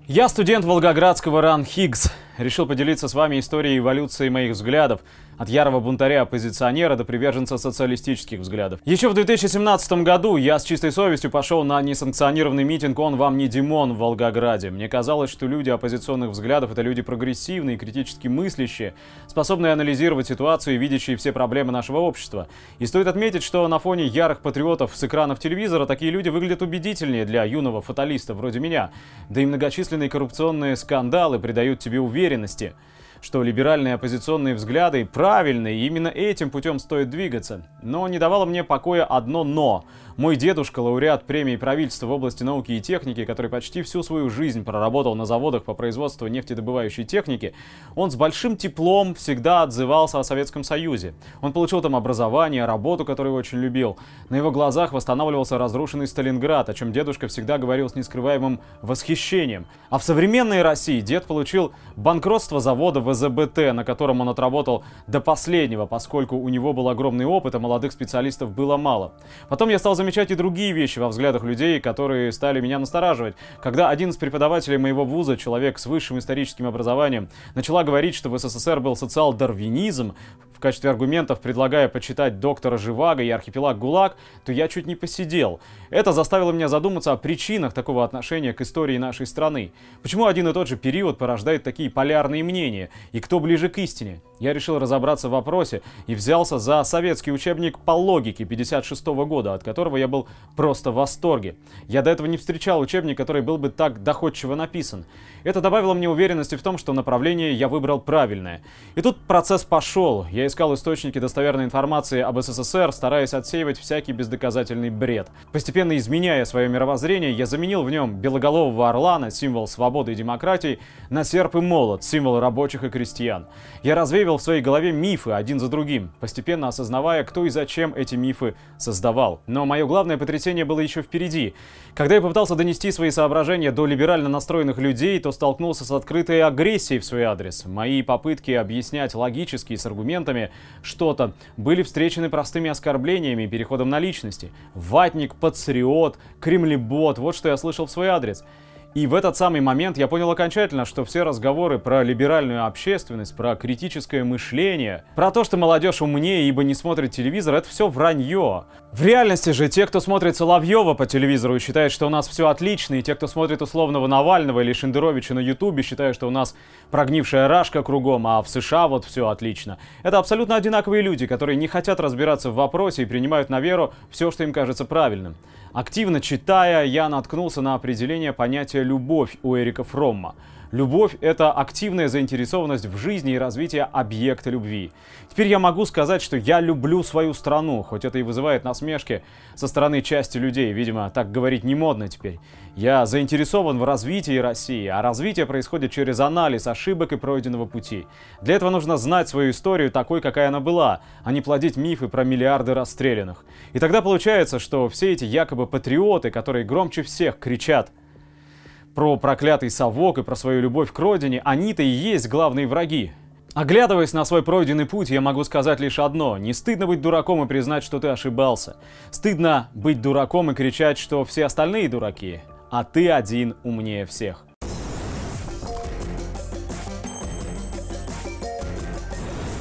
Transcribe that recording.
Я студент Волгоградского РАН Хиггс. Решил поделиться с вами историей эволюции моих взглядов. От ярого бунтаря-оппозиционера до приверженца социалистических взглядов. Еще в 2017 году я с чистой совестью пошел на несанкционированный митинг «Он вам не Димон» в Волгограде. Мне казалось, что люди оппозиционных взглядов — это люди прогрессивные, критически мыслящие, способные анализировать ситуацию и видящие все проблемы нашего общества. И стоит отметить, что на фоне ярых патриотов с экранов телевизора такие люди выглядят убедительнее для юного фаталиста вроде меня. Да и многочисленные коррупционные скандалы придают тебе уверенности, что либеральные оппозиционные взгляды правильные, и именно этим путем стоит двигаться. Но не давало мне покоя одно «но». Мой дедушка, лауреат премии правительства в области науки и техники, который почти всю свою жизнь проработал на заводах по производству нефтедобывающей техники, он с большим теплом всегда отзывался о Советском Союзе. Он получил там образование, работу, которую очень любил. На его глазах восстанавливался разрушенный Сталинград, о чем дедушка всегда говорил с нескрываемым восхищением. А в современной России дед получил банкротство завода ВЗБТ, на котором он отработал до последнего, поскольку у него был огромный опыт, а молодых специалистов было мало. Потом я стал замечать и другие вещи во взглядах людей, которые стали меня настораживать. Когда один из преподавателей моего вуза, человек с высшим историческим образованием, начала говорить, что в СССР был социал-дарвинизм, в качестве аргументов предлагая почитать доктора Живаго и архипелаг ГУЛАГ, то я чуть не посидел. Это заставило меня задуматься о причинах такого отношения к истории нашей страны. Почему один и тот же период порождает такие полярные мнения? И кто ближе к истине? Я решил разобраться в вопросе и взялся за советский учебник по логике 1956 года, от которого я был просто в восторге. Я до этого не встречал учебник, который был бы так доходчиво написан. Это добавило мне уверенности в том, что направление я выбрал правильное. И тут процесс пошел. Я искал источники достоверной информации об СССР, стараясь отсеивать всякий бездоказательный бред. Постепенно изменяя свое мировоззрение, я заменил в нем белоголового орлана, символ свободы и демократии, на серп и молот, символ рабочих и крестьян. Я развеивал в своей голове мифы один за другим, постепенно осознавая, кто и зачем эти мифы создавал. Но мое главное потрясение было еще впереди. Когда я попытался донести свои соображения до либерально настроенных людей, то столкнулся с открытой агрессией в свой адрес. Мои попытки объяснять логически с аргументами что-то были встречены простыми оскорблениями и переходом на личности. Ватник, патриот, кремлебот — вот что я слышал в свой адрес. И в этот самый момент я понял окончательно, что все разговоры про либеральную общественность, про критическое мышление, про то, что молодежь умнее, ибо не смотрит телевизор, это все вранье. В реальности же те, кто смотрит Соловьева по телевизору и считает, что у нас все отлично, и те, кто смотрит условного Навального или Шендеровича на Ютубе, считают, что у нас прогнившая рашка кругом, а в США вот все отлично. Это абсолютно одинаковые люди, которые не хотят разбираться в вопросе и принимают на веру все, что им кажется правильным. Активно читая, я наткнулся на определение понятия «любовь» у Эрика Фромма. Любовь — это активная заинтересованность в жизни и развитие объекта любви. Теперь я могу сказать, что я люблю свою страну, хоть это и вызывает насмешки со стороны части людей. Видимо, так говорить не модно теперь. Я заинтересован в развитии России, а развитие происходит через анализ ошибок и пройденного пути. Для этого нужно знать свою историю такой, какая она была, а не плодить мифы про миллиарды расстрелянных. И тогда получается, что все эти якобы патриоты, которые громче всех кричат про проклятый совок и про свою любовь к родине, они-то и есть главные враги. Оглядываясь на свой пройденный путь, я могу сказать лишь одно: не стыдно быть дураком и признать, что ты ошибался. Стыдно быть дураком и кричать, что все остальные дураки, а ты один умнее всех.